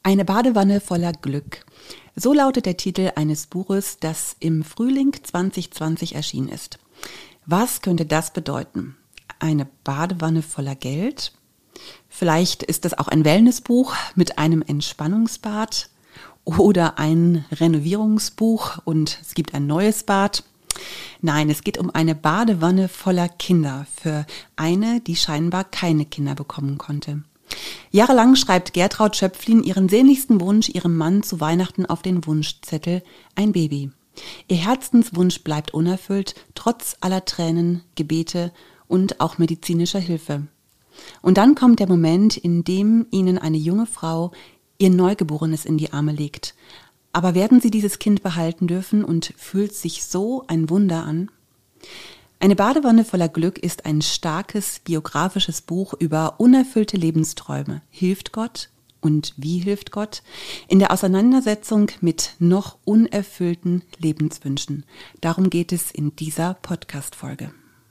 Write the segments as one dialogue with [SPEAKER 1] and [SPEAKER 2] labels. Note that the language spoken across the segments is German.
[SPEAKER 1] Eine Badewanne voller Glück. So lautet der Titel eines Buches, das im Frühling 2020 erschienen ist. Was könnte das bedeuten? Eine Badewanne voller Geld? Vielleicht ist das auch ein Wellnessbuch mit einem Entspannungsbad oder ein Renovierungsbuch und es gibt ein neues Bad. Nein, es geht um eine Badewanne voller Kinder für eine, die scheinbar keine Kinder bekommen konnte. Jahrelang schreibt Gertraud Schöpflin ihren sehnlichsten Wunsch ihrem Mann zu Weihnachten auf den Wunschzettel: ein Baby. Ihr Herzenswunsch bleibt unerfüllt, trotz aller Tränen, Gebete und auch medizinischer Hilfe. Und dann kommt der Moment, in dem ihnen eine junge Frau ihr Neugeborenes in die Arme legt. Aber werden sie dieses Kind behalten dürfen und fühlt sich so ein Wunder an? Eine Badewanne voller Glück ist ein starkes biografisches Buch über unerfüllte Lebensträume. Hilft Gott? Und wie hilft Gott? In der Auseinandersetzung mit noch unerfüllten Lebenswünschen. Darum geht es in dieser Podcast-Folge.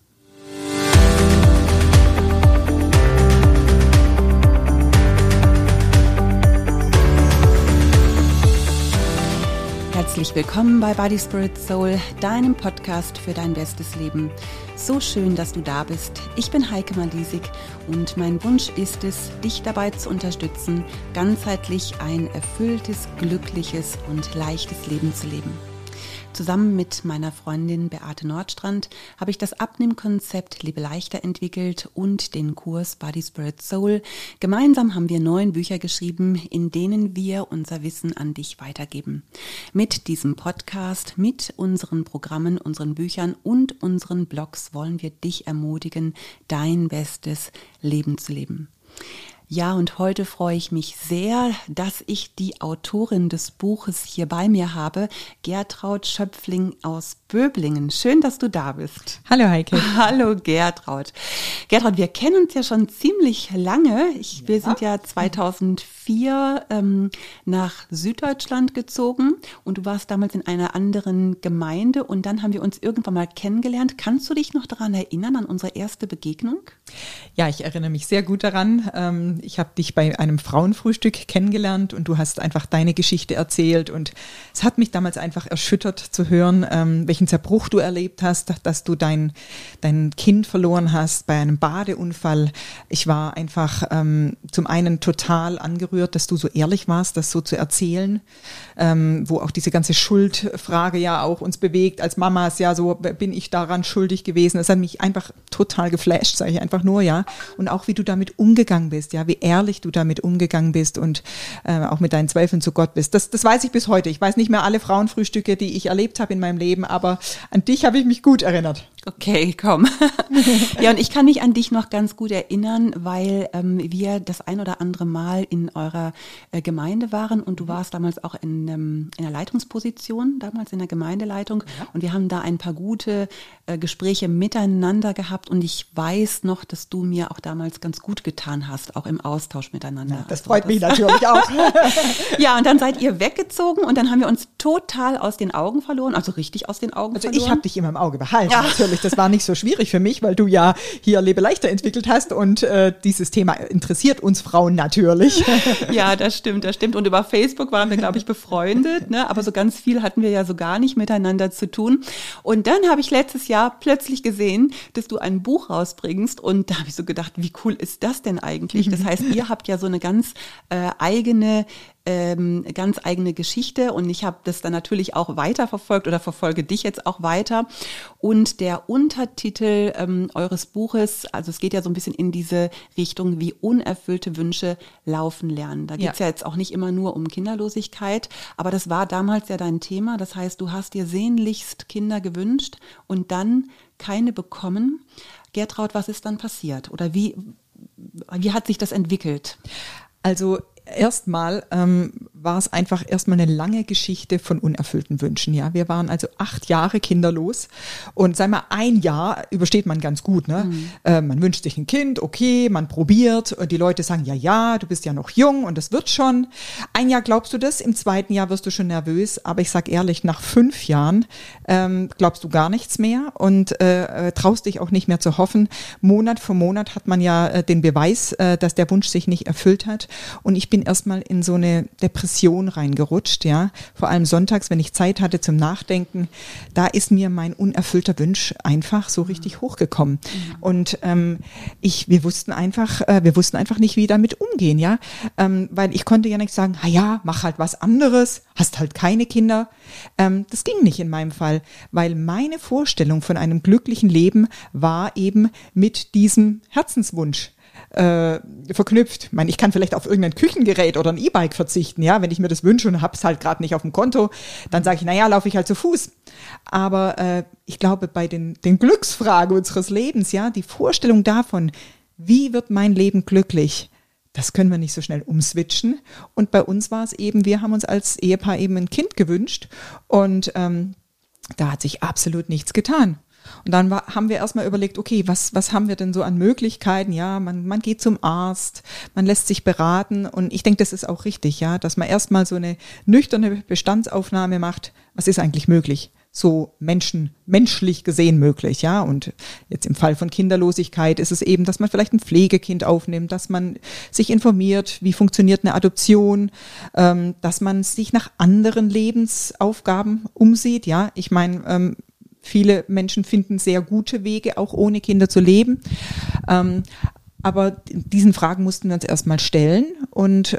[SPEAKER 1] Herzlich willkommen bei Body, Spirit, Soul, deinem Podcast für dein bestes Leben. So schön, dass du da bist. Ich bin Heike Malisig und mein Wunsch ist es, dich dabei zu unterstützen, ganzheitlich ein erfülltes, glückliches und leichtes Leben zu leben. Zusammen mit meiner Freundin Beate Nordstrand habe ich das Abnehmkonzept Lebe leichter entwickelt und den Kurs Body, Spirit, Soul. Gemeinsam haben wir 9 Bücher geschrieben, in denen wir unser Wissen an dich weitergeben. Mit diesem Podcast, mit unseren Programmen, unseren Büchern und unseren Blogs wollen wir dich ermutigen, dein bestes Leben zu leben. Ja, und heute freue ich mich sehr, dass ich die Autorin des Buches hier bei mir habe, Gertraud Schöpflin aus Böblingen. Schön, dass du da bist.
[SPEAKER 2] Hallo Heike.
[SPEAKER 1] Hallo Gertraud. Gertraud, wir kennen uns ja schon ziemlich lange. Wir sind ja 2004 nach Süddeutschland gezogen und du warst damals in einer anderen Gemeinde und dann haben wir uns irgendwann mal kennengelernt. Kannst du dich noch daran erinnern, an unsere erste Begegnung?
[SPEAKER 2] Ja, ich erinnere mich sehr gut daran. Ich habe dich bei einem Frauenfrühstück kennengelernt und du hast einfach deine Geschichte erzählt und es hat mich damals einfach erschüttert zu hören, welchen Zerbruch du erlebt hast, dass du dein Kind verloren hast bei einem Badeunfall. Ich war einfach zum einen total angerührt, dass du so ehrlich warst, das so zu erzählen, wo auch diese ganze Schuldfrage ja auch uns bewegt als Mamas, ja, so bin ich daran schuldig gewesen. Das hat mich einfach total geflasht, sage ich einfach nur, ja. Und auch wie du damit umgegangen bist, ja, wie ehrlich du damit umgegangen bist und auch mit deinen Zweifeln zu Gott bist. Das weiß ich bis heute. Ich weiß nicht mehr alle Frauenfrühstücke, die ich erlebt habe in meinem Leben, aber an dich habe ich mich gut erinnert.
[SPEAKER 1] Okay, komm. Ja, und ich kann mich an dich noch ganz gut erinnern, weil wir das ein oder andere Mal in eurer Gemeinde waren und du warst damals auch in der Leitungsposition, damals in der Gemeindeleitung, ja. Und wir haben da ein paar gute Gespräche miteinander gehabt und ich weiß noch, dass du mir auch damals ganz gut getan hast, auch im Austausch miteinander.
[SPEAKER 2] Ja, das freut mich natürlich auch.
[SPEAKER 1] Ja, und dann seid ihr weggezogen und dann haben wir uns total aus den Augen verloren, also richtig aus den Augen verloren.
[SPEAKER 2] Ich habe dich immer im Auge behalten, ja. Natürlich. Das war nicht so schwierig für mich, weil du ja hier Lebe leichter entwickelt hast und dieses Thema interessiert uns Frauen natürlich.
[SPEAKER 1] Ja, das stimmt. Und über Facebook waren wir, glaube ich, befreundet, ne? Aber so ganz viel hatten wir ja so gar nicht miteinander zu tun. Und dann habe ich letztes Jahr plötzlich gesehen, dass du ein Buch rausbringst und da habe ich so gedacht, wie cool ist das denn eigentlich? Das heißt, ihr habt ja so eine ganz eigene Geschichte und ich habe das dann natürlich auch weiterverfolgt oder verfolge dich jetzt auch weiter und der Untertitel eures Buches, also es geht ja so ein bisschen in diese Richtung, wie unerfüllte Wünsche laufen lernen. Da geht's ja jetzt auch nicht immer nur um Kinderlosigkeit, aber das war damals ja dein Thema, das heißt, du hast dir sehnlichst Kinder gewünscht und dann keine bekommen. Gertraud, was ist dann passiert oder wie hat sich das entwickelt?
[SPEAKER 2] Also erstmal war es einfach erstmal eine lange Geschichte von unerfüllten Wünschen. Ja, wir waren also 8 Jahre kinderlos und sagen wir, 1 Jahr übersteht man ganz gut. Ne? Man wünscht sich ein Kind, okay, man probiert und die Leute sagen, ja, du bist ja noch jung und das wird schon. 1 Jahr glaubst du das, im 2. Jahr wirst du schon nervös, aber ich sag ehrlich, nach 5 Jahren glaubst du gar nichts mehr und traust dich auch nicht mehr zu hoffen. Monat für Monat hat man ja den Beweis, dass der Wunsch sich nicht erfüllt hat und ich bin erstmal in so eine Depression reingerutscht, ja. Vor allem sonntags, wenn ich Zeit hatte zum Nachdenken, da ist mir mein unerfüllter Wunsch einfach so richtig hochgekommen. Und wir wussten einfach nicht, wie damit umgehen, ja. Weil ich konnte ja nicht sagen, mach halt was anderes, hast halt keine Kinder. Das ging nicht in meinem Fall, weil meine Vorstellung von einem glücklichen Leben war eben mit diesem Herzenswunsch verknüpft. Ich meine, ich kann vielleicht auf irgendein Küchengerät oder ein E-Bike verzichten, ja, wenn ich mir das wünsche und hab's halt gerade nicht auf dem Konto, dann sage ich, laufe ich halt zu Fuß. Aber ich glaube, bei den Glücksfragen unseres Lebens, ja, die Vorstellung davon, wie wird mein Leben glücklich, das können wir nicht so schnell umswitchen. Und bei uns war es eben, wir haben uns als Ehepaar eben ein Kind gewünscht und da hat sich absolut nichts getan. Und dann haben wir erstmal überlegt, okay, was haben wir denn so an Möglichkeiten? Ja, man geht zum Arzt, man lässt sich beraten und ich denke, das ist auch richtig, ja, dass man erstmal so eine nüchterne Bestandsaufnahme macht, was ist eigentlich möglich? So menschlich gesehen möglich, ja. Und jetzt im Fall von Kinderlosigkeit ist es eben, dass man vielleicht ein Pflegekind aufnimmt, dass man sich informiert, wie funktioniert eine Adoption, dass man sich nach anderen Lebensaufgaben umsieht, ja. Ich meine, viele Menschen finden sehr gute Wege, auch ohne Kinder zu leben. Aber diesen Fragen mussten wir uns erstmal stellen. Und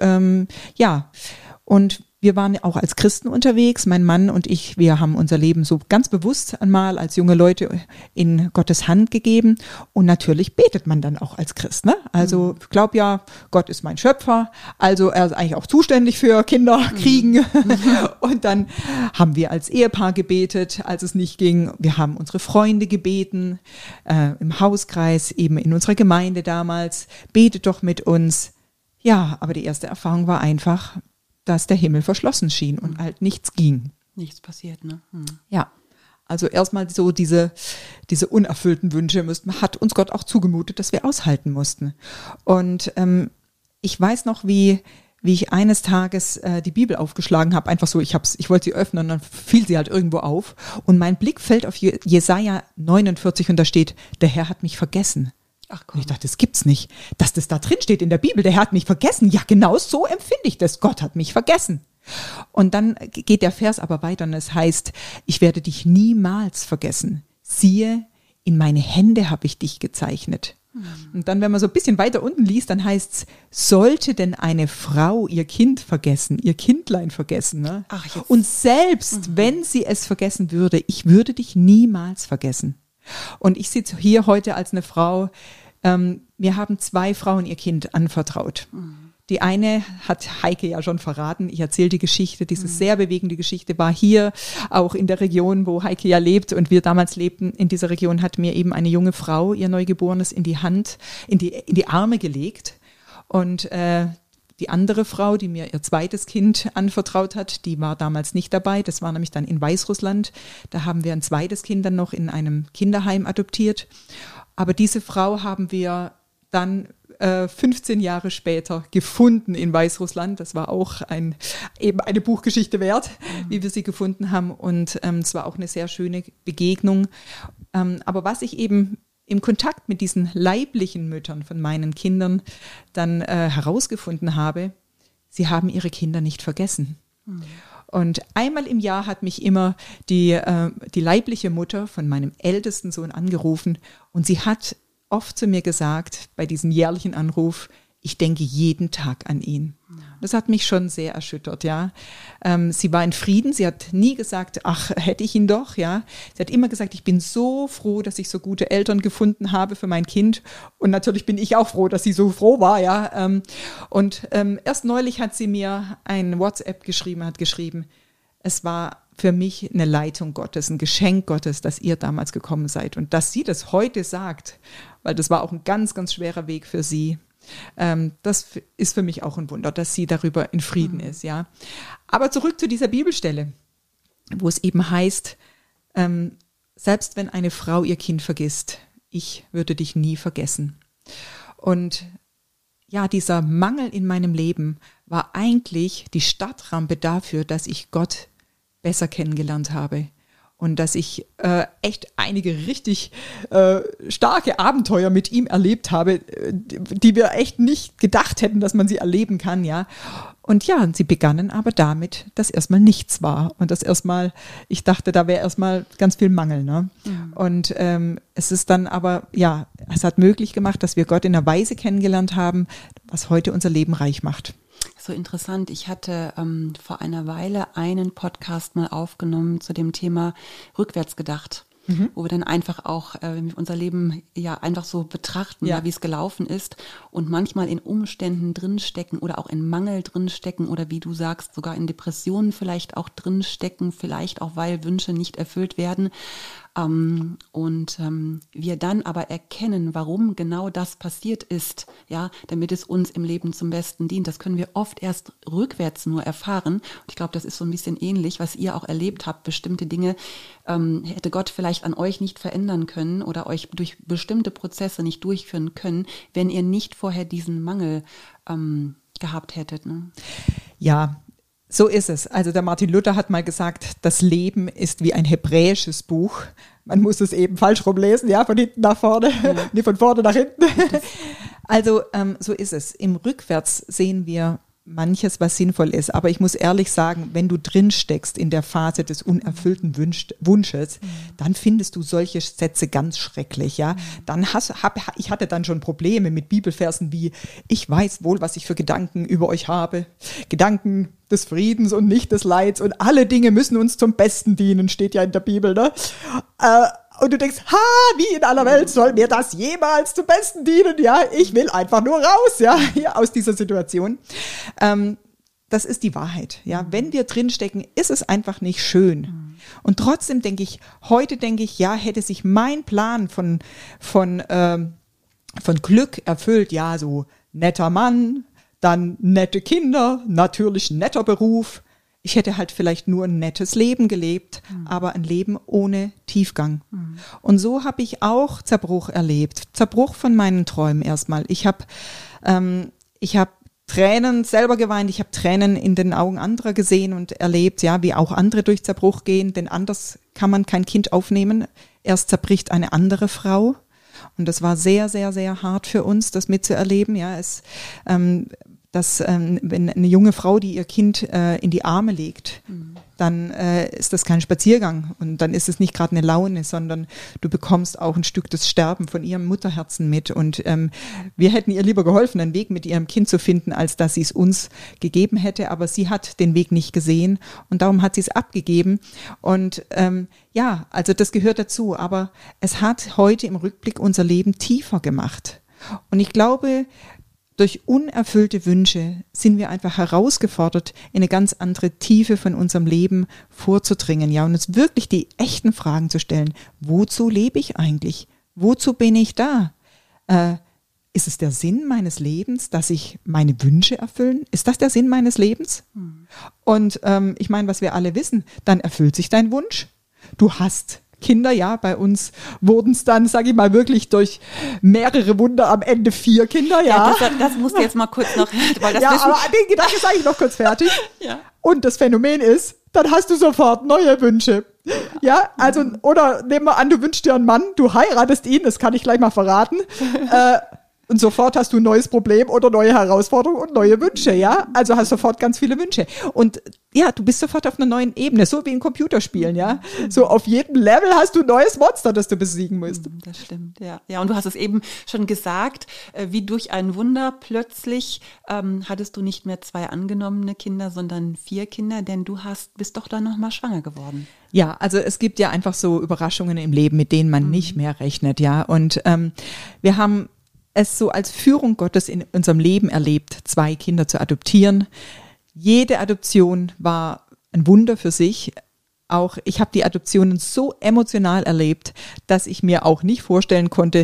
[SPEAKER 2] und wir waren auch als Christen unterwegs, mein Mann und ich, wir haben unser Leben so ganz bewusst einmal als junge Leute in Gottes Hand gegeben und natürlich betet man dann auch als Christ, ne? Also ich glaube ja, Gott ist mein Schöpfer, also er ist eigentlich auch zuständig für Kinder kriegen und dann haben wir als Ehepaar gebetet, als es nicht ging, wir haben unsere Freunde gebeten, im Hauskreis, eben in unserer Gemeinde damals, betet doch mit uns. Ja, aber die erste Erfahrung war einfach, dass der Himmel verschlossen schien und halt nichts ging.
[SPEAKER 1] Nichts passiert, ne?
[SPEAKER 2] Ja, also erstmal so diese unerfüllten Wünsche hat uns Gott auch zugemutet, dass wir aushalten mussten. Und ich weiß noch, wie ich eines Tages die Bibel aufgeschlagen habe, einfach so, ich wollte sie öffnen und dann fiel sie halt irgendwo auf und mein Blick fällt auf Jesaja 49 und da steht, der Herr hat mich vergessen.
[SPEAKER 1] Ach komm.
[SPEAKER 2] Und ich dachte, das gibt's nicht, dass das da drin steht in der Bibel, der Herr hat mich vergessen. Ja, genau so empfinde ich das. Gott hat mich vergessen. Und dann geht der Vers aber weiter und es heißt, ich werde dich niemals vergessen. Siehe, in meine Hände habe ich dich gezeichnet. Und dann, wenn man so ein bisschen weiter unten liest, dann heißt's, sollte denn eine Frau ihr Kind vergessen, ihr Kindlein vergessen? Ne?
[SPEAKER 1] Ach, jetzt.
[SPEAKER 2] Und selbst wenn sie es vergessen würde, ich würde dich niemals vergessen. Und ich sitze hier heute als eine Frau, mir haben 2 Frauen ihr Kind anvertraut. Die eine hat Heike ja schon verraten, ich erzähle die Geschichte, diese sehr bewegende Geschichte war hier, auch in der Region, wo Heike ja lebt und wir damals lebten, in dieser Region hat mir eben eine junge Frau ihr Neugeborenes in die Arme gelegt und die andere Frau, die mir ihr zweites Kind anvertraut hat, die war damals nicht dabei. Das war nämlich dann in Weißrussland. Da haben wir ein zweites Kind dann noch in einem Kinderheim adoptiert. Aber diese Frau haben wir dann 15 Jahre später gefunden in Weißrussland. Das war auch eben eine Buchgeschichte wert, wie wir sie gefunden haben. Und es war auch eine sehr schöne Begegnung. Aber was ich eben im Kontakt mit diesen leiblichen Müttern von meinen Kindern dann herausgefunden habe, sie haben ihre Kinder nicht vergessen. Und einmal im Jahr hat mich immer die leibliche Mutter von meinem ältesten Sohn angerufen und sie hat oft zu mir gesagt, bei diesem jährlichen Anruf, ich denke jeden Tag an ihn. Das hat mich schon sehr erschüttert, ja. Sie war in Frieden, sie hat nie gesagt, ach, hätte ich ihn doch, ja. Sie hat immer gesagt, ich bin so froh, dass ich so gute Eltern gefunden habe für mein Kind. Und natürlich bin ich auch froh, dass sie so froh war, ja. Und erst neulich hat sie mir ein WhatsApp geschrieben, es war für mich eine Leitung Gottes, ein Geschenk Gottes, dass ihr damals gekommen seid und dass sie das heute sagt, weil das war auch ein ganz, ganz schwerer Weg für sie. Das ist für mich auch ein Wunder, dass sie darüber in Frieden ist, ja. Aber zurück zu dieser Bibelstelle, wo es eben heißt, selbst wenn eine Frau ihr Kind vergisst, ich würde dich nie vergessen. Und ja, dieser Mangel in meinem Leben war eigentlich die Startrampe dafür, dass ich Gott besser kennengelernt habe. Und dass ich echt einige richtig starke Abenteuer mit ihm erlebt habe, die wir echt nicht gedacht hätten, dass man sie erleben kann, ja. Und ja, sie begannen aber damit, dass erstmal nichts war. Und dass erstmal, ich dachte, da wäre erstmal ganz viel Mangel, ne? Mhm. Und es ist dann aber, ja, es hat möglich gemacht, dass wir Gott in einer Weise kennengelernt haben, was heute unser Leben reich macht.
[SPEAKER 1] So interessant. Ich hatte vor einer Weile einen Podcast mal aufgenommen zu dem Thema rückwärts gedacht, wo wir dann einfach auch unser Leben ja einfach so betrachten, ja, wie es gelaufen ist und manchmal in Umständen drinstecken oder auch in Mangel drinstecken oder wie du sagst, sogar in Depressionen vielleicht auch drinstecken, vielleicht auch, weil Wünsche nicht erfüllt werden. Und wir dann aber erkennen, warum genau das passiert ist, ja, damit es uns im Leben zum Besten dient. Das können wir oft erst rückwärts nur erfahren. Und ich glaube, das ist so ein bisschen ähnlich, was ihr auch erlebt habt. Bestimmte Dinge hätte Gott vielleicht an euch nicht verändern können oder euch durch bestimmte Prozesse nicht durchführen können, wenn ihr nicht vorher diesen Mangel gehabt hättet. Ne?
[SPEAKER 2] Ja, so ist es. Also der Martin Luther hat mal gesagt, das Leben ist wie ein hebräisches Buch. Man muss es eben falsch rum lesen, ja, von hinten nach vorne, nee, von vorne nach hinten. Also so ist es. Im Rückwärts sehen wir manches, was sinnvoll ist. Aber ich muss ehrlich sagen, wenn du drin steckst in der Phase des unerfüllten Wunsches, dann findest du solche Sätze ganz schrecklich, ja. Dann ich hatte dann schon Probleme mit Bibelversen wie, ich weiß wohl, was ich für Gedanken über euch habe. Gedanken des Friedens und nicht des Leids und alle Dinge müssen uns zum Besten dienen, steht ja in der Bibel, ne? Und du denkst, wie in aller Welt soll mir das jemals zum Besten dienen? Ja, ich will einfach nur raus, ja, hier aus dieser Situation. Das ist die Wahrheit, ja. Wenn wir drinstecken, ist es einfach nicht schön. Und trotzdem heute denke ich, ja, hätte sich mein Plan von Glück erfüllt, ja, so netter Mann, dann nette Kinder, natürlich netter Beruf. Ich hätte halt vielleicht nur ein nettes Leben gelebt, aber ein Leben ohne Tiefgang. Und so habe ich auch Zerbruch erlebt. Zerbruch von meinen Träumen erstmal. Ich habe Tränen selber geweint, ich habe Tränen in den Augen anderer gesehen und erlebt, ja, wie auch andere durch Zerbruch gehen, denn anders kann man kein Kind aufnehmen. Erst zerbricht eine andere Frau. Und das war sehr, sehr, sehr hart für uns, das mitzuerleben. Ja, wenn eine junge Frau, die ihr Kind in die Arme legt, dann ist das kein Spaziergang und dann ist es nicht gerade eine Laune, sondern du bekommst auch ein Stück des Sterben von ihrem Mutterherzen mit. Und wir hätten ihr lieber geholfen, einen Weg mit ihrem Kind zu finden, als dass sie es uns gegeben hätte. Aber sie hat den Weg nicht gesehen und darum hat sie es abgegeben. Und ja, also das gehört dazu. Aber es hat heute im Rückblick unser Leben tiefer gemacht. Und ich glaube, durch unerfüllte Wünsche sind wir einfach herausgefordert, in eine ganz andere Tiefe von unserem Leben vorzudringen, ja, und uns wirklich die echten Fragen zu stellen. Wozu lebe ich eigentlich? Wozu bin ich da? Ist es der Sinn meines Lebens, dass ich meine Wünsche erfüllen? Ist das der Sinn meines Lebens? Und ich meine, was wir alle wissen, dann erfüllt sich dein Wunsch. Du hast Kinder, ja, bei uns wurden es dann, sage ich mal, wirklich durch mehrere Wunder am Ende 4 Kinder, ja.
[SPEAKER 1] Das musst du jetzt mal kurz noch, weil das
[SPEAKER 2] ja,
[SPEAKER 1] wissen.
[SPEAKER 2] Aber den Gedanken sage ich noch kurz fertig.
[SPEAKER 1] Ja.
[SPEAKER 2] Und das Phänomen ist, dann hast du sofort neue Wünsche. Ja, also, oder nehmen wir an, du wünschst dir einen Mann, du heiratest ihn, das kann ich gleich mal verraten, und sofort hast du ein neues Problem oder neue Herausforderungen und neue Wünsche, ja? Also hast sofort ganz viele Wünsche. Und ja, du bist sofort auf einer neuen Ebene, so wie in Computerspielen, ja? So auf jedem Level hast du ein neues Monster, das du besiegen musst.
[SPEAKER 1] Das stimmt, ja. Ja, und du hast es eben schon gesagt, wie durch ein Wunder plötzlich hattest du nicht mehr 2 angenommene Kinder, sondern 4 Kinder, denn du bist doch dann nochmal schwanger geworden.
[SPEAKER 2] Ja, also es gibt ja einfach so Überraschungen im Leben, mit denen man nicht mehr rechnet, ja? Und wir haben es so als Führung Gottes in unserem Leben erlebt, 2 Kinder zu adoptieren. Jede Adoption war ein Wunder für sich. Auch ich habe die Adoptionen so emotional erlebt, dass ich mir auch nicht vorstellen konnte,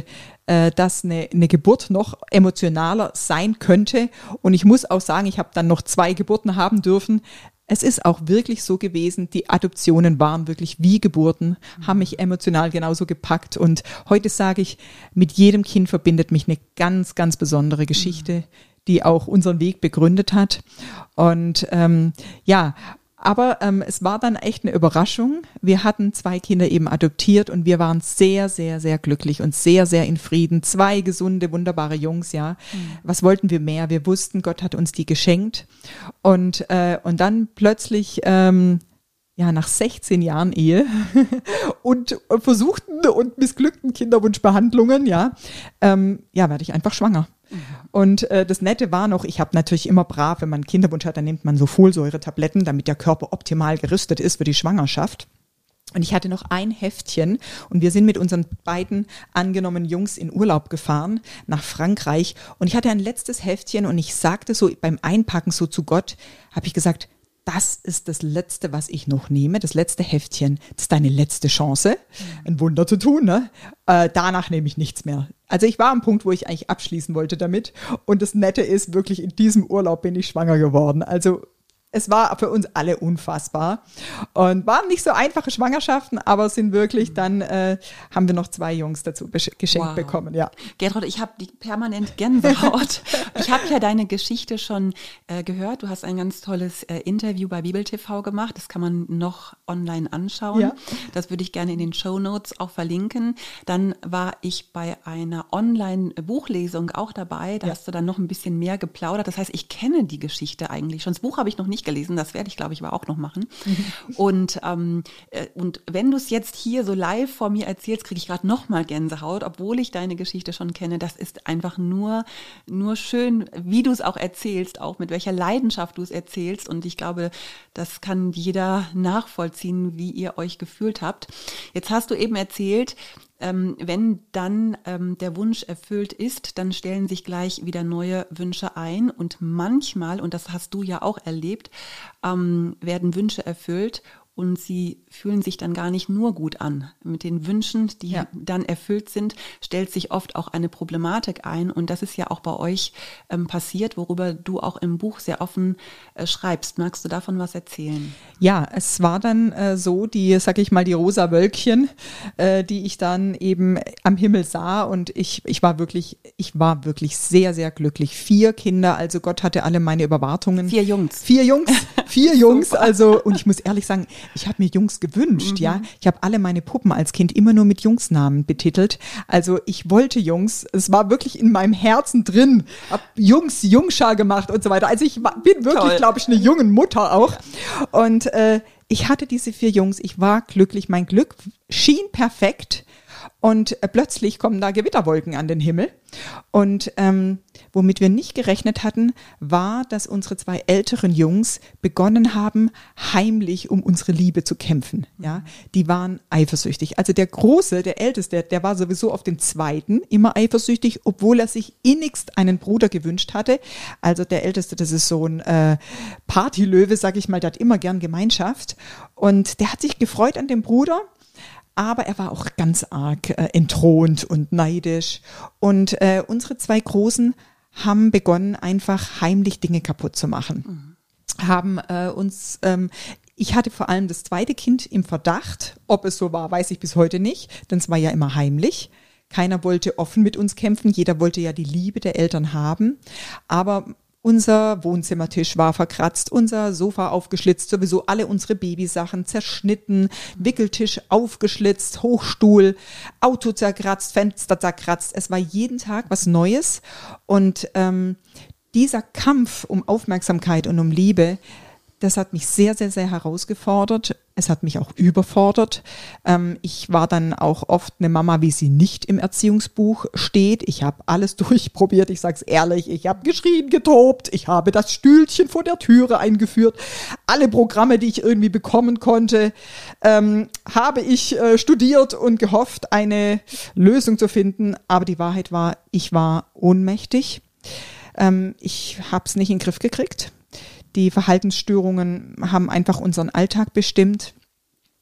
[SPEAKER 2] dass eine Geburt noch emotionaler sein könnte. Und ich muss auch sagen, ich habe dann noch 2 Geburten haben dürfen. Es ist auch wirklich so gewesen, die Adoptionen waren wirklich wie Geburten, haben mich emotional genauso gepackt. Und heute sage ich, mit jedem Kind verbindet mich eine ganz, ganz besondere Geschichte, die auch unseren Weg begründet hat. Und aber es war dann echt eine Überraschung. Wir hatten 2 Kinder eben adoptiert und wir waren sehr, sehr, sehr glücklich und sehr, sehr in Frieden. 2 gesunde, wunderbare Jungs, ja. Was wollten wir mehr? Wir wussten, Gott hat uns die geschenkt. Und dann plötzlich, nach 16 Jahren Ehe und versuchten und missglückten Kinderwunschbehandlungen, werde ich einfach schwanger. Und das Nette war noch, ich habe natürlich immer brav, wenn man einen Kinderwunsch hat, dann nimmt man so Folsäure-Tabletten, damit der Körper optimal gerüstet ist für die Schwangerschaft. Und ich hatte noch ein Heftchen und wir sind mit unseren beiden angenommenen Jungs in Urlaub gefahren nach Frankreich. Und ich hatte ein letztes Heftchen und ich sagte so beim Einpacken so zu Gott, habe ich gesagt, das ist das Letzte, was ich noch nehme, das letzte Heftchen, das ist deine letzte Chance, ein Wunder zu tun, ne? Danach nehme ich nichts mehr. Also ich war am Punkt, wo ich eigentlich abschließen wollte damit und das Nette ist, wirklich in diesem Urlaub bin ich schwanger geworden. Also es war für uns alle unfassbar und waren nicht so einfache Schwangerschaften, aber sind wirklich dann, haben wir noch 2 Jungs dazu geschenkt bekommen. Ja.
[SPEAKER 1] Gertrud, ich habe die permanent Gänsehaut. Ich habe ja deine Geschichte schon gehört. Du hast ein ganz tolles Interview bei Bibel TV gemacht. Das kann man noch online anschauen. Ja. Das würde ich gerne in den Shownotes auch verlinken. Dann war ich bei einer Online-Buchlesung auch dabei. Da hast du dann noch ein bisschen mehr geplaudert. Das heißt, ich kenne die Geschichte eigentlich schon. Das Buch habe ich noch nicht gelesen, das werde ich, glaube ich, aber auch noch machen. Und wenn du es jetzt hier so live vor mir erzählst, kriege ich gerade noch mal Gänsehaut, obwohl ich deine Geschichte schon kenne. Das ist einfach nur schön, wie du es auch erzählst, auch mit welcher Leidenschaft du es erzählst. Und ich glaube, das kann jeder nachvollziehen, wie ihr euch gefühlt habt. Jetzt hast du eben erzählt, wenn dann der Wunsch erfüllt ist, dann stellen sich gleich wieder neue Wünsche ein und manchmal, und das hast du ja auch erlebt, werden Wünsche erfüllt und sie fühlen sich dann gar nicht nur gut an. Mit den Wünschen, die dann erfüllt sind, stellt sich oft auch eine Problematik ein und das ist ja auch bei euch passiert, worüber du auch im Buch sehr offen schreibst. Magst du davon was erzählen?
[SPEAKER 2] Ja, es war dann so, die rosa Wölkchen, die ich dann eben am Himmel sah und ich war wirklich sehr, sehr glücklich. 4 Kinder, also Gott hatte alle meine Erwartungen.
[SPEAKER 1] 4 Jungs.
[SPEAKER 2] 4 Jungs, also und ich muss ehrlich sagen, ich habe mir Jungs gewünscht, ja. Ich habe alle meine Puppen als Kind immer nur mit Jungsnamen betitelt. Also ich wollte Jungs. Es war wirklich in meinem Herzen drin. Hab Jungschar gemacht und so weiter. Also ich bin wirklich, glaube ich, eine junge Mutter auch. Und ich hatte diese 4 Jungs. Ich war glücklich. Mein Glück schien perfekt. Und plötzlich kommen da Gewitterwolken an den Himmel. Und womit wir nicht gerechnet hatten, war, dass unsere 2 älteren Jungs begonnen haben, heimlich um unsere Liebe zu kämpfen. Ja, die waren eifersüchtig. Also der Große, der Älteste, der war sowieso auf den Zweiten immer eifersüchtig, obwohl er sich innigst einen Bruder gewünscht hatte. Also der Älteste, das ist so ein Partylöwe, sag ich mal, der hat immer gern Gemeinschaft. Und der hat sich gefreut an dem Bruder. Aber er war auch ganz arg entthront und neidisch. Und unsere 2 Großen haben begonnen, einfach heimlich Dinge kaputt zu machen. Haben ich hatte vor allem das 2. Kind im Verdacht. Ob es so war, weiß ich bis heute nicht, denn es war ja immer heimlich. Keiner wollte offen mit uns kämpfen. Jeder wollte ja die Liebe der Eltern haben. Aber unser Wohnzimmertisch war verkratzt, unser Sofa aufgeschlitzt, sowieso alle unsere Babysachen zerschnitten, Wickeltisch aufgeschlitzt, Hochstuhl, Auto zerkratzt, Fenster zerkratzt. Es war jeden Tag was Neues und dieser Kampf um Aufmerksamkeit und um Liebe, das hat mich sehr, sehr, sehr herausgefordert. Es hat mich auch überfordert. Ich war dann auch oft eine Mama, wie sie nicht im Erziehungsbuch steht. Ich habe alles durchprobiert, ich sage es ehrlich. Ich habe geschrien, getobt. Ich habe das Stühlchen vor der Türe eingeführt. Alle Programme, die ich irgendwie bekommen konnte, habe ich studiert und gehofft, eine Lösung zu finden. Aber die Wahrheit war, ich war ohnmächtig. Ich habe es nicht in den Griff gekriegt. Die Verhaltensstörungen haben einfach unseren Alltag bestimmt.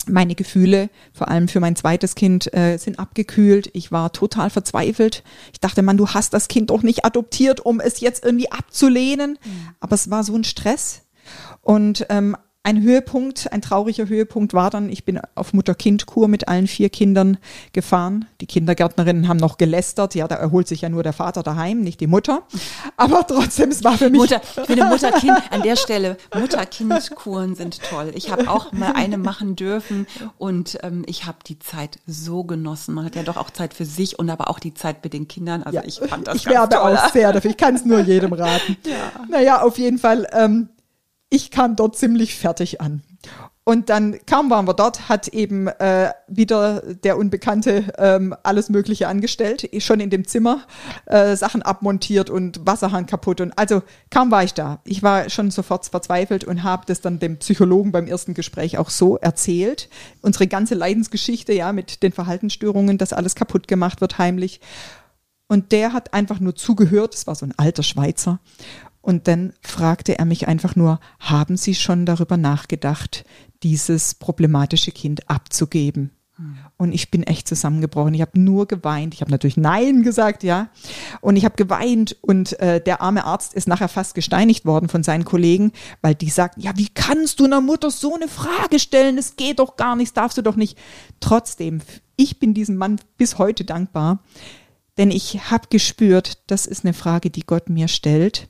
[SPEAKER 2] Meine Gefühle, vor allem für mein zweites Kind, sind abgekühlt. Ich war total verzweifelt. Ich dachte, Mann, du hast das Kind doch nicht adoptiert, um es jetzt irgendwie abzulehnen. Aber es war so ein Stress. Und ein Höhepunkt, ein trauriger Höhepunkt war dann, ich bin auf Mutter-Kind-Kur mit allen 4 Kindern gefahren. Die Kindergärtnerinnen haben noch gelästert. Ja, da erholt sich ja nur der Vater daheim, nicht die Mutter. Aber trotzdem, es war für mich...
[SPEAKER 1] Ich finde Mutter-Kind, an der Stelle, Mutter-Kind-Kuren sind toll. Ich habe auch mal eine machen dürfen und ich habe die Zeit so genossen. Man hat ja doch auch Zeit für sich und aber auch die Zeit mit den Kindern. Also ich fand das ganz toll.
[SPEAKER 2] Ich werbe auch sehr dafür. Ich kann es nur jedem raten. Ja. Naja, auf jeden Fall... Ich kam dort ziemlich fertig an. Und dann kaum waren wir dort, hat eben wieder der Unbekannte alles Mögliche angestellt, schon in dem Zimmer, Sachen abmontiert und Wasserhahn kaputt. Und also kaum war ich da. Ich war schon sofort verzweifelt und habe das dann dem Psychologen beim ersten Gespräch auch so erzählt. Unsere ganze Leidensgeschichte, ja, mit den Verhaltensstörungen, dass alles kaputt gemacht wird heimlich. Und der hat einfach nur zugehört. Das war so ein alter Schweizer. Und dann fragte er mich einfach nur, haben Sie schon darüber nachgedacht, dieses problematische Kind abzugeben? Und ich bin echt zusammengebrochen. Ich habe nur geweint. Ich habe natürlich Nein gesagt, ja. Und ich habe geweint und der arme Arzt ist nachher fast gesteinigt worden von seinen Kollegen, weil die sagten, ja, wie kannst du einer Mutter so eine Frage stellen? Es geht doch gar nicht, das darfst du doch nicht. Trotzdem, ich bin diesem Mann bis heute dankbar, denn ich habe gespürt, das ist eine Frage, die Gott mir stellt.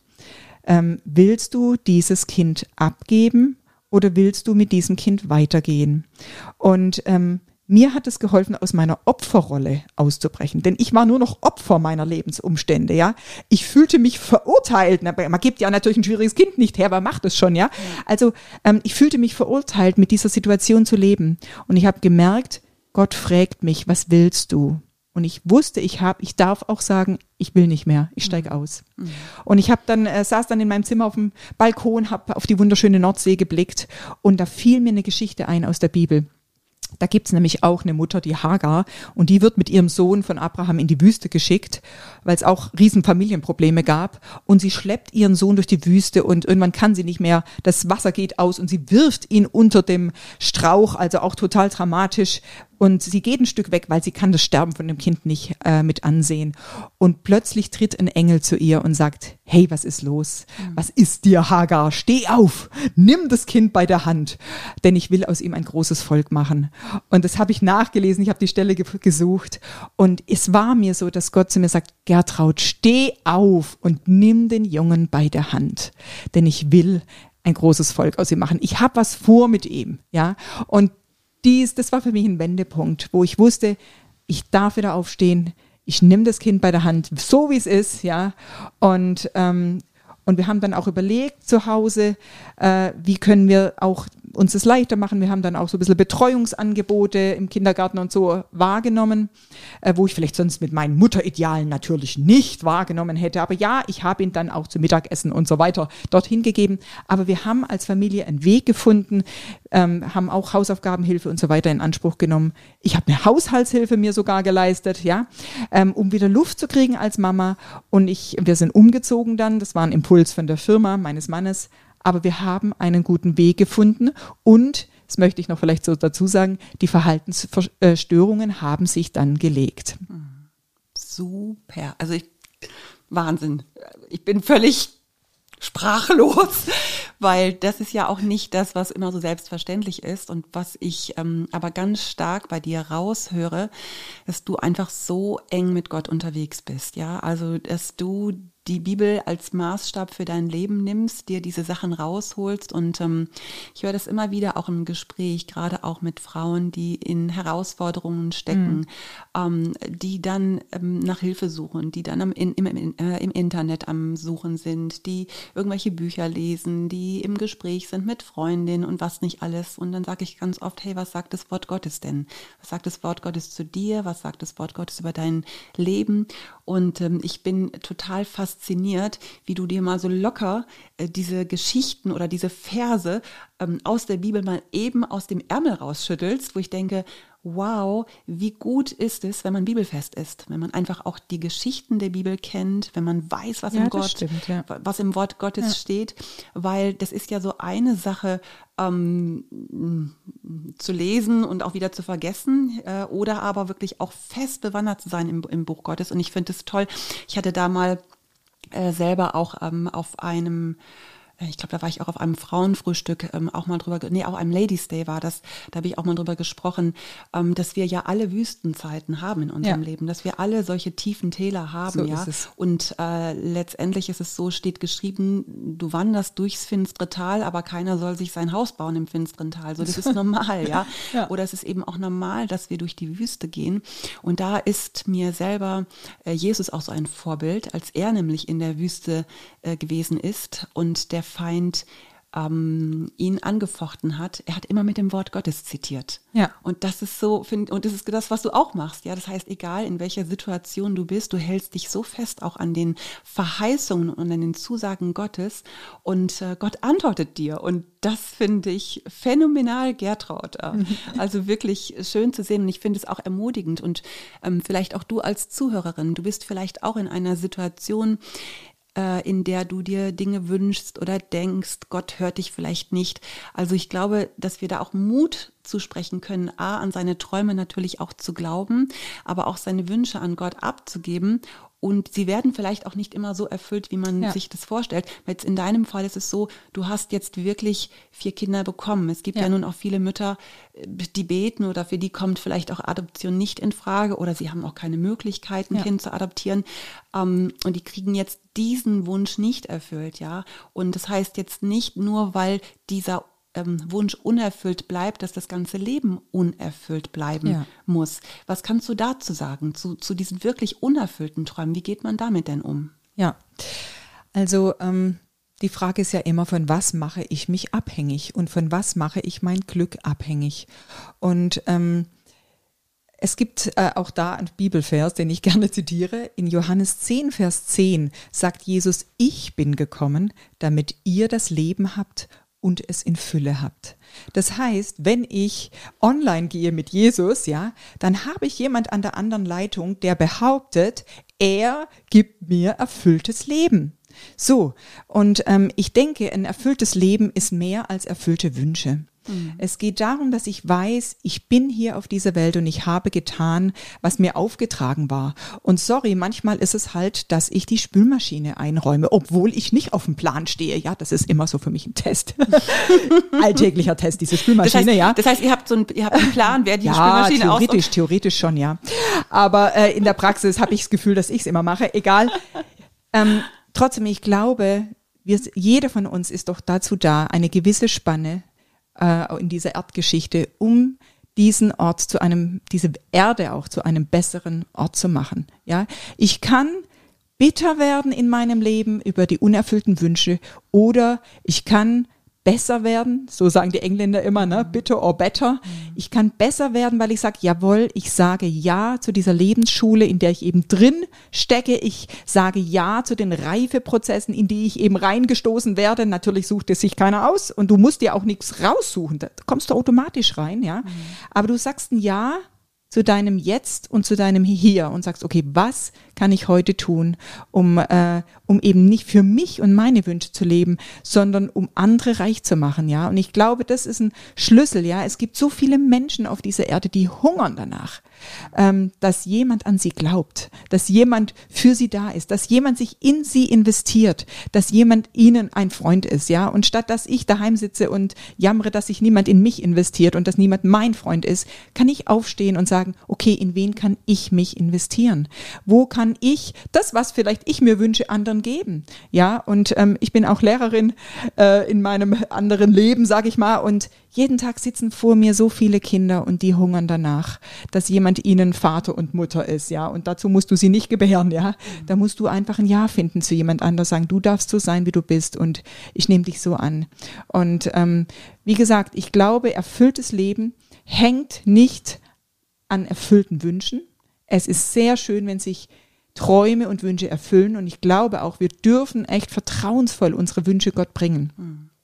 [SPEAKER 2] Willst du dieses Kind abgeben oder willst du mit diesem Kind weitergehen? Und mir hat es geholfen, aus meiner Opferrolle auszubrechen, denn ich war nur noch Opfer meiner Lebensumstände, ja. Ich fühlte mich verurteilt. Man gibt ja natürlich ein schwieriges Kind nicht her, wer macht es schon, ja. Also ich fühlte mich verurteilt, mit dieser Situation zu leben. Und ich habe gemerkt, Gott fragt mich, was willst du? Und ich wusste, ich darf auch sagen, ich will nicht mehr, ich steige aus. Und ich habe dann saß dann in meinem Zimmer auf dem Balkon, habe auf die wunderschöne Nordsee geblickt und da fiel mir eine Geschichte ein aus der Bibel. Da gibt's nämlich auch eine Mutter, die Hagar, und die wird mit ihrem Sohn von Abraham in die Wüste geschickt, weil es auch riesen Familienprobleme gab. Und sie schleppt ihren Sohn durch die Wüste und irgendwann kann sie nicht mehr. Das Wasser geht aus und sie wirft ihn unter dem Strauch, also auch total dramatisch. Und sie geht ein Stück weg, weil sie kann das Sterben von dem Kind nicht mit ansehen. Und plötzlich tritt ein Engel zu ihr und sagt, hey, was ist los? Was ist dir, Hagar? Steh auf, nimm das Kind bei der Hand, denn ich will aus ihm ein großes Volk machen. Und das habe ich nachgelesen, ich habe die Stelle gesucht. Und es war mir so, dass Gott zu mir sagt, Gertraud, steh auf und nimm den Jungen bei der Hand, denn ich will ein großes Volk aus ihm machen. Ich habe was vor mit ihm, ja. Und das war für mich ein Wendepunkt, wo ich wusste, ich darf wieder aufstehen, ich nehme das Kind bei der Hand, so wie es ist, ja. Und wir haben dann auch überlegt zu Hause, wie können wir auch uns das leichter machen. Wir haben dann auch so ein bisschen Betreuungsangebote im Kindergarten und so wahrgenommen, wo ich vielleicht sonst mit meinen Mutteridealen natürlich nicht wahrgenommen hätte. Aber ja, ich habe ihn dann auch zum Mittagessen und so weiter dorthin gegeben. Aber wir haben als Familie einen Weg gefunden, haben auch Hausaufgabenhilfe und so weiter in Anspruch genommen. Ich habe eine Haushaltshilfe mir sogar geleistet, ja, um wieder Luft zu kriegen als Mama. Und wir sind umgezogen dann. Das war ein Impuls von der Firma meines Mannes. Aber wir haben einen guten Weg gefunden und, das möchte ich noch vielleicht so dazu sagen, die Verhaltensstörungen haben sich dann gelegt.
[SPEAKER 1] Super, also Wahnsinn. Ich bin völlig sprachlos, weil das ist ja auch nicht das, was immer so selbstverständlich ist und was ich aber ganz stark bei dir raushöre, dass du einfach so eng mit Gott unterwegs bist, ja, also dass du die Bibel als Maßstab für dein Leben nimmst, dir diese Sachen rausholst und ich höre das immer wieder auch im Gespräch, gerade auch mit Frauen, die in Herausforderungen stecken, die dann nach Hilfe suchen, die dann im Internet am Suchen sind, die irgendwelche Bücher lesen, die im Gespräch sind mit Freundinnen und was nicht alles. Und dann sage ich ganz oft, hey, was sagt das Wort Gottes denn? Was sagt das Wort Gottes zu dir? Was sagt das Wort Gottes über dein Leben? Und ich bin total fasziniert, wie du dir mal so locker diese Geschichten oder diese Verse aus der Bibel mal eben aus dem Ärmel rausschüttelst, wo ich denke, wow, wie gut ist es, wenn man bibelfest ist, wenn man einfach auch die Geschichten der Bibel kennt, wenn man weiß, was was im Wort Gottes steht, weil das ist ja so eine Sache, zu lesen und auch wieder zu vergessen oder aber wirklich auch fest bewandert zu sein im Buch Gottes. Und ich finde es toll. Ich hatte da mal selber auch auf einem, ich glaube, da war ich auch auf einem Frauenfrühstück auch mal drüber, auch einem Ladies Day war das, da habe ich auch mal drüber gesprochen, dass wir ja alle Wüstenzeiten haben in unserem Leben, dass wir alle solche tiefen Täler haben,
[SPEAKER 2] so ist es.
[SPEAKER 1] Und letztendlich ist es so, steht geschrieben, du wanderst durchs finstere Tal, aber keiner soll sich sein Haus bauen im finsteren Tal, so das ist normal, ja. Oder es ist eben auch normal, dass wir durch die Wüste gehen und da ist mir selber Jesus auch so ein Vorbild, als er nämlich in der Wüste gewesen ist und der Feind ihn angefochten hat, er hat immer mit dem Wort Gottes zitiert.
[SPEAKER 2] Ja.
[SPEAKER 1] Und das ist so, und das ist das, was du auch machst. Ja, das heißt, egal in welcher Situation du bist, du hältst dich so fest auch an den Verheißungen und an den Zusagen Gottes und Gott antwortet dir. Und das finde ich phänomenal, Gertraud. Also wirklich schön zu sehen und ich finde es auch ermutigend und vielleicht auch du als Zuhörerin, du bist vielleicht auch in einer Situation, in der du dir Dinge wünschst oder denkst, Gott hört dich vielleicht nicht. Also ich glaube, dass wir da auch Mut zusprechen können, an seine Träume natürlich auch zu glauben, aber auch seine Wünsche an Gott abzugeben. Und sie werden vielleicht auch nicht immer so erfüllt, wie man sich das vorstellt. Jetzt in deinem Fall ist es so, du hast jetzt wirklich 4 Kinder bekommen. Es gibt ja nun auch viele Mütter, die beten oder für die kommt vielleicht auch Adoption nicht in Frage oder sie haben auch keine Möglichkeit, ein Kind zu adoptieren. Und die kriegen jetzt diesen Wunsch nicht erfüllt, ja. Und das heißt jetzt nicht nur, weil dieser Wunsch unerfüllt bleibt, dass das ganze Leben unerfüllt bleiben muss. Was kannst du dazu sagen, zu diesen wirklich unerfüllten Träumen? Wie geht man damit denn um?
[SPEAKER 2] Ja, also die Frage ist ja immer, von was mache ich mich abhängig und von was mache ich mein Glück abhängig? Und es gibt auch da einen Bibelvers, den ich gerne zitiere. In Johannes 10, Vers 10 sagt Jesus, ich bin gekommen, damit ihr das Leben habt und es in Fülle habt. Das heißt, wenn ich online gehe mit Jesus, ja, dann habe ich jemand an der anderen Leitung, der behauptet, er gibt mir erfülltes Leben. So, und ich denke, ein erfülltes Leben ist mehr als erfüllte Wünsche. Es geht darum, dass ich weiß, ich bin hier auf dieser Welt und ich habe getan, was mir aufgetragen war. Und sorry, manchmal ist es halt, dass ich die Spülmaschine einräume, obwohl ich nicht auf dem Plan stehe. Ja, das ist immer so für mich ein Test. Alltäglicher Test, diese Spülmaschine,
[SPEAKER 1] Das heißt, ihr habt einen Plan, wer die Spülmaschine
[SPEAKER 2] ausräumt? Theoretisch schon, ja. Aber in der Praxis habe ich das Gefühl, dass ich es immer mache. Egal. Trotzdem, ich glaube, jeder von uns ist doch dazu da, eine gewisse Spanne in dieser Erdgeschichte, um diesen Ort diese Erde auch zu einem besseren Ort zu machen. Ja, ich kann bitter werden in meinem Leben über die unerfüllten Wünsche oder ich kann besser werden, so sagen die Engländer immer, ne, bitter or better. Ich kann besser werden, weil ich sage, jawohl, ich sage ja zu dieser Lebensschule, in der ich eben drin stecke. Ich sage ja zu den Reifeprozessen, in die ich eben reingestoßen werde. Natürlich sucht es sich keiner aus und du musst dir auch nichts raussuchen. Da kommst du automatisch rein, ja. Aber du sagst ein Ja zu deinem Jetzt und zu deinem Hier und sagst, okay, was kann ich heute tun, um eben nicht für mich und meine Wünsche zu leben, sondern um andere reich zu machen, ja. Und ich glaube, das ist ein Schlüssel, ja. Es gibt so viele Menschen auf dieser Erde, die hungern danach, dass jemand an sie glaubt, dass jemand für sie da ist, dass jemand sich in sie investiert, dass jemand ihnen ein Freund ist, ja. Und statt dass ich daheim sitze und jammere, dass sich niemand in mich investiert und dass niemand mein Freund ist, kann ich aufstehen und sagen, okay, in wen kann ich mich investieren? Wo kann ich das, was vielleicht ich mir wünsche, anderen geben? Ja, und ich bin auch Lehrerin in meinem anderen Leben, sage ich mal, und jeden Tag sitzen vor mir so viele Kinder und die hungern danach, dass jemand ihnen Vater und Mutter ist, ja. Und dazu musst du sie nicht gebären, ja. Da musst du einfach ein Ja finden zu jemand anderes, sagen, du darfst so sein, wie du bist und ich nehme dich so an. Und wie gesagt, ich glaube, erfülltes Leben hängt nicht an erfüllten Wünschen. Es ist sehr schön, wenn sich Träume und Wünsche erfüllen und ich glaube auch, wir dürfen echt vertrauensvoll unsere Wünsche Gott bringen.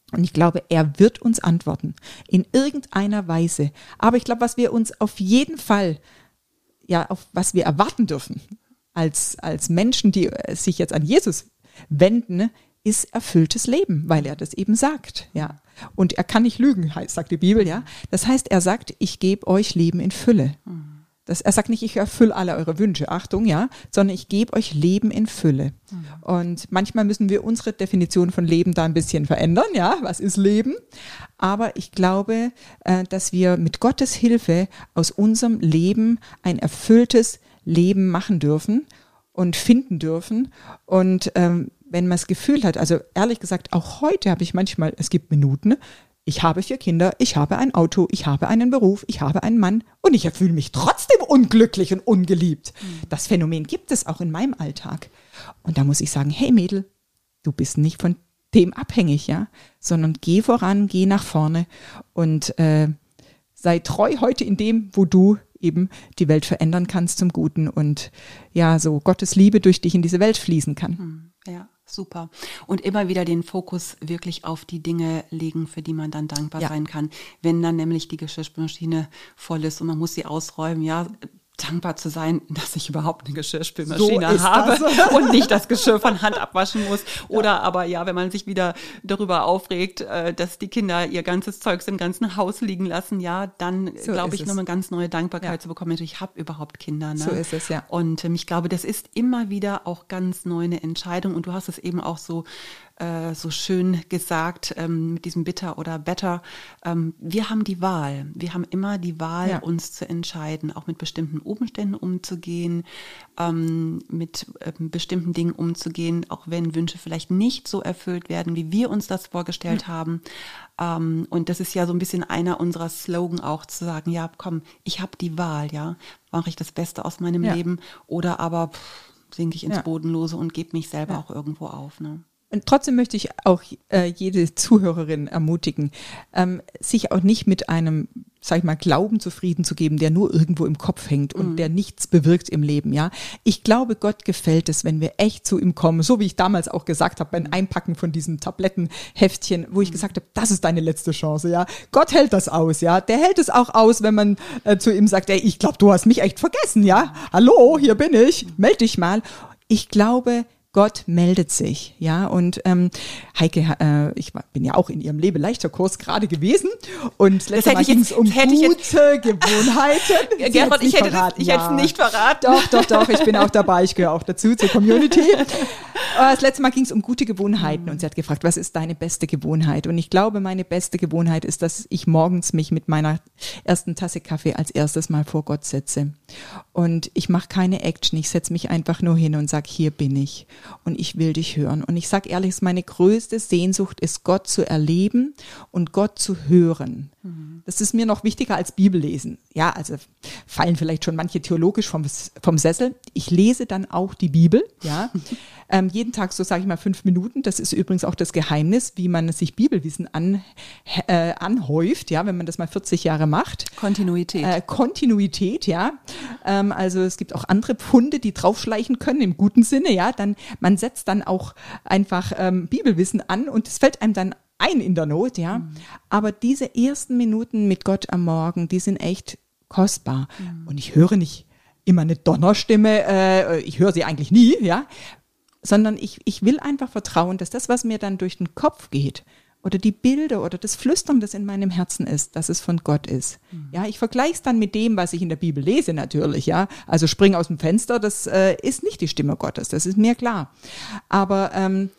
[SPEAKER 2] Und ich glaube, er wird uns antworten in irgendeiner Weise. Aber ich glaube, was wir uns auf jeden Fall, ja, auf was wir erwarten dürfen als Menschen, die sich jetzt an Jesus wenden, ist erfülltes Leben, weil er das eben sagt, ja. Und er kann nicht lügen, sagt die Bibel, ja. Das heißt, er sagt, ich gebe euch Leben in Fülle. Er sagt nicht, ich erfülle alle eure Wünsche, Achtung, ja, sondern ich gebe euch Leben in Fülle. Und manchmal müssen wir unsere Definition von Leben da ein bisschen verändern, ja, was ist Leben? Aber ich glaube, dass wir mit Gottes Hilfe aus unserem Leben ein erfülltes Leben machen dürfen und finden dürfen. Und wenn man das Gefühl hat, also ehrlich gesagt, auch heute habe ich manchmal, es gibt Minuten, ich habe 4 Kinder, ich habe ein Auto, ich habe einen Beruf, ich habe einen Mann und ich fühle mich trotzdem unglücklich und ungeliebt. Das Phänomen gibt es auch in meinem Alltag. Und da muss ich sagen, hey Mädel, du bist nicht von dem abhängig, ja, sondern geh voran, geh nach vorne und sei treu heute in dem, wo du eben die Welt verändern kannst zum Guten und ja, so Gottes Liebe durch dich in diese Welt fließen kann.
[SPEAKER 1] Ja. Super. Und immer wieder den Fokus wirklich auf die Dinge legen, für die man dann dankbar sein kann. Wenn dann nämlich die Geschirrspülmaschine voll ist und man muss sie ausräumen, ja, dankbar zu sein, dass ich überhaupt eine Geschirrspülmaschine habe und nicht das Geschirr von Hand abwaschen muss. Oder aber ja, wenn man sich wieder darüber aufregt, dass die Kinder ihr ganzes Zeugs im ganzen Haus liegen lassen, ja, dann glaube ich, noch eine ganz neue Dankbarkeit zu bekommen. Ich habe überhaupt Kinder. Ne?
[SPEAKER 2] So ist es, ja.
[SPEAKER 1] Und ich glaube, das ist immer wieder auch ganz neu eine Entscheidung. Und du hast es eben auch so schön gesagt mit diesem Bitter oder Better. Wir haben die Wahl. Wir haben immer die Wahl, uns zu entscheiden, auch mit bestimmten Umständen umzugehen, mit bestimmten Dingen umzugehen, auch wenn Wünsche vielleicht nicht so erfüllt werden, wie wir uns das vorgestellt haben. Und das ist ja so ein bisschen einer unserer Slogan auch, zu sagen, ja, komm, ich habe die Wahl, ja, mache ich das Beste aus meinem Leben oder aber sinke ich ins Bodenlose und gebe mich selber auch irgendwo auf, ne?
[SPEAKER 2] Und trotzdem möchte ich auch jede Zuhörerin ermutigen, sich auch nicht mit einem, sag ich mal, Glauben zufrieden zu geben, der nur irgendwo im Kopf hängt und der nichts bewirkt im Leben, ja. Ich glaube, Gott gefällt es, wenn wir echt zu ihm kommen, so wie ich damals auch gesagt habe, beim Einpacken von diesem Tablettenheftchen, wo ich gesagt habe, das ist deine letzte Chance, ja. Gott hält das aus, ja. Der hält es auch aus, wenn man zu ihm sagt, ey, ich glaube, du hast mich echt vergessen, ja. Hallo, hier bin ich, meld dich mal. Ich glaube, Gott meldet sich, ja, und Heike, ich bin ja auch in ihrem Lebe-Leichter-Kurs gerade gewesen und letztes Mal ging es um gute Gewohnheiten.
[SPEAKER 1] Gerhard, ich hätte es nicht verraten.
[SPEAKER 2] Doch, ich bin auch dabei, ich gehöre auch dazu, zur Community. Das letzte Mal ging es um gute Gewohnheiten und sie hat gefragt, was ist deine beste Gewohnheit? Und ich glaube, meine beste Gewohnheit ist, dass ich morgens mich mit meiner ersten Tasse Kaffee als erstes Mal vor Gott setze. Und ich mache keine Action, ich setze mich einfach nur hin und sage, hier bin ich. Und ich will dich hören. Und ich sage ehrlich, meine größte Sehnsucht ist, Gott zu erleben und Gott zu hören. Das ist mir noch wichtiger als Bibellesen. Ja, also fallen vielleicht schon manche theologisch vom Sessel. Ich lese dann auch die Bibel, ja. Jeden Tag, so sage ich mal, 5 Minuten. Das ist übrigens auch das Geheimnis, wie man sich Bibelwissen anhäuft, ja, wenn man das mal 40 Jahre macht. Kontinuität, ja. Also es gibt auch andere Pfunde, die draufschleichen können, im guten Sinne, ja. Man setzt dann auch einfach Bibelwissen an und es fällt einem dann ein in der Not, ja. Aber diese ersten Minuten mit Gott am Morgen, die sind echt kostbar. Und ich höre nicht immer eine Donnerstimme, ich höre sie eigentlich nie, ja. Sondern ich will einfach vertrauen, dass das, was mir dann durch den Kopf geht, oder die Bilder oder das Flüstern, das in meinem Herzen ist, dass es von Gott ist. Ja, ich vergleiche es dann mit dem, was ich in der Bibel lese natürlich, ja. Also spring aus dem Fenster, das ist nicht die Stimme Gottes, das ist mir klar. Aber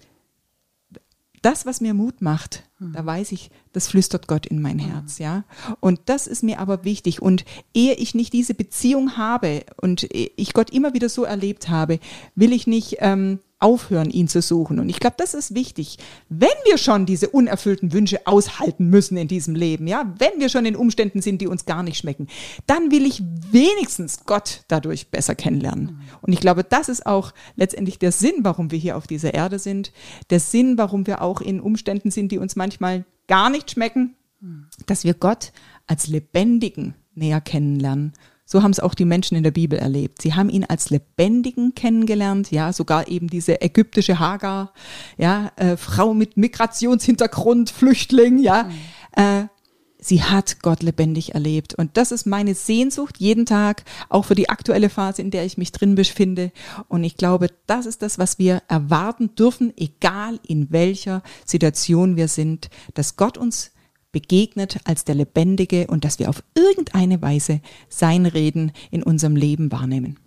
[SPEAKER 2] das, was mir Mut macht, da weiß ich, das flüstert Gott in mein Herz, ja. Und das ist mir aber wichtig. Und ehe ich nicht diese Beziehung habe und ich Gott immer wieder so erlebt habe, will ich nicht aufhören, ihn zu suchen. Und ich glaube, das ist wichtig. Wenn wir schon diese unerfüllten Wünsche aushalten müssen in diesem Leben, ja, wenn wir schon in Umständen sind, die uns gar nicht schmecken, dann will ich wenigstens Gott dadurch besser kennenlernen. Und ich glaube, das ist auch letztendlich der Sinn, warum wir hier auf dieser Erde sind, der Sinn, warum wir auch in Umständen sind, die uns manchmal gar nicht schmecken, dass wir Gott als Lebendigen näher kennenlernen, so haben es auch die Menschen in der Bibel erlebt. Sie haben ihn als Lebendigen kennengelernt, ja, sogar eben diese ägyptische Hagar, ja, Frau mit Migrationshintergrund, Flüchtling, ja, sie hat Gott lebendig erlebt. Und das ist meine Sehnsucht jeden Tag, auch für die aktuelle Phase, in der ich mich drin befinde. Und ich glaube, das ist das, was wir erwarten dürfen, egal in welcher Situation wir sind, dass Gott uns begegnet als der Lebendige und dass wir auf irgendeine Weise sein Reden in unserem Leben wahrnehmen.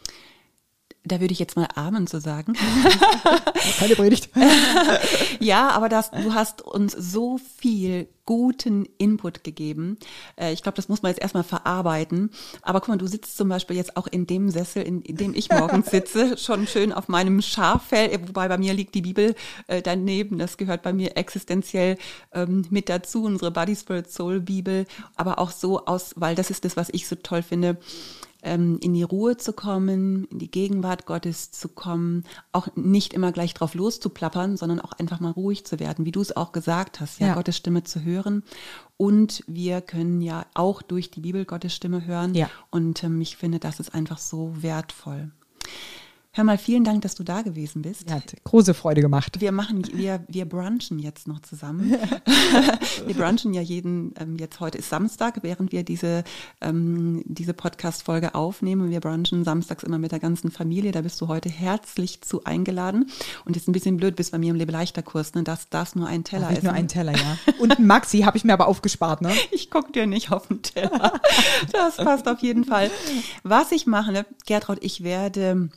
[SPEAKER 1] Da würde ich jetzt mal Amen zu sagen.
[SPEAKER 2] Keine Predigt.
[SPEAKER 1] Ja, aber du hast uns so viel guten Input gegeben. Ich glaube, das muss man jetzt erstmal verarbeiten. Aber guck mal, du sitzt zum Beispiel jetzt auch in dem Sessel, in dem ich morgens sitze, schon schön auf meinem Schaffell, wobei bei mir liegt die Bibel daneben. Das gehört bei mir existenziell mit dazu, unsere Body, Spirit, Soul Bibel. Aber auch so weil das ist das, was ich so toll finde, in die Ruhe zu kommen, in die Gegenwart Gottes zu kommen, auch nicht immer gleich drauf loszuplappern, sondern auch einfach mal ruhig zu werden, wie du es auch gesagt hast, ja, Gottes Stimme zu hören. Und wir können ja auch durch die Bibel Gottes Stimme hören.
[SPEAKER 2] Ja.
[SPEAKER 1] Und ich finde, das ist einfach so wertvoll. Hör mal, vielen Dank, dass du da gewesen bist.
[SPEAKER 2] Ja, hat große Freude gemacht.
[SPEAKER 1] Wir brunchen jetzt noch zusammen. Wir brunchen ja jetzt heute ist Samstag, während wir diese Podcast-Folge aufnehmen. Wir brunchen samstags immer mit der ganzen Familie. Da bist du heute herzlich zu eingeladen. Und jetzt ein bisschen blöd, bist bei mir im Lebe-Leichter-Kurs, ne? Das darf nur ein Teller essen.
[SPEAKER 2] Nur ein Teller, ja. Und ein Maxi habe ich mir aber aufgespart, ne?
[SPEAKER 1] Ich gucke dir nicht auf den Teller. Das passt auf jeden Fall. Was ich mache, ne, Gertraud, ich werde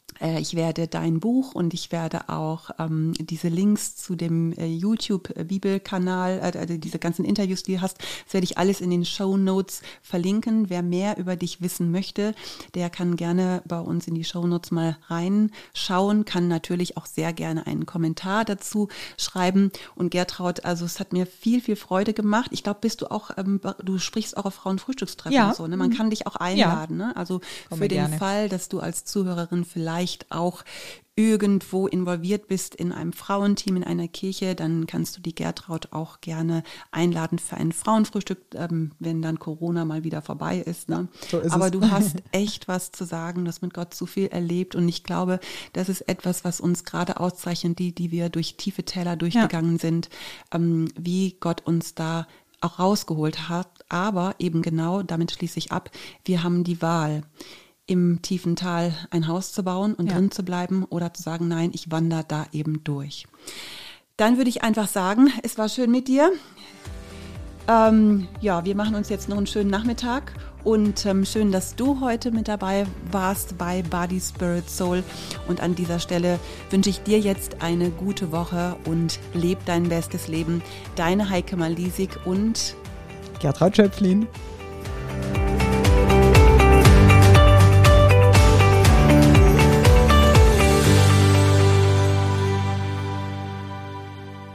[SPEAKER 1] dein Buch und ich werde auch diese Links zu dem YouTube-Bibelkanal, diese ganzen Interviews, die du hast, das werde ich alles in den Shownotes verlinken. Wer mehr über dich wissen möchte, der kann gerne bei uns in die Shownotes mal reinschauen, kann natürlich auch sehr gerne einen Kommentar dazu schreiben. Und Gertraud, also es hat mir viel, viel Freude gemacht. Ich glaube, du sprichst auch auf Frauenfrühstückstreffen und so, ne? Man kann dich auch einladen, ne? Also für den Fall, dass du als Zuhörerin vielleicht auch irgendwo involviert bist in einem Frauenteam, in einer Kirche, dann kannst du die Gertraud auch gerne einladen für ein Frauenfrühstück, wenn dann Corona mal wieder vorbei ist. Ne? So ist Aber du hast echt was zu sagen, du hast mit Gott so viel erlebt und ich glaube, das ist etwas, was uns gerade auszeichnet, die wir durch tiefe Täler durchgegangen sind, wie Gott uns da auch rausgeholt hat. Aber eben genau, damit schließe ich ab, wir haben die Wahl, im tiefen Tal ein Haus zu bauen und drin zu bleiben oder zu sagen, nein, ich wandere da eben durch. Dann würde ich einfach sagen, es war schön mit dir. Wir machen uns jetzt noch einen schönen Nachmittag und schön, dass du heute mit dabei warst bei Body, Spirit, Soul. Und an dieser Stelle wünsche ich dir jetzt eine gute Woche und leb dein bestes Leben. Deine Heike Malisig und
[SPEAKER 2] Gertraud Schöpflin.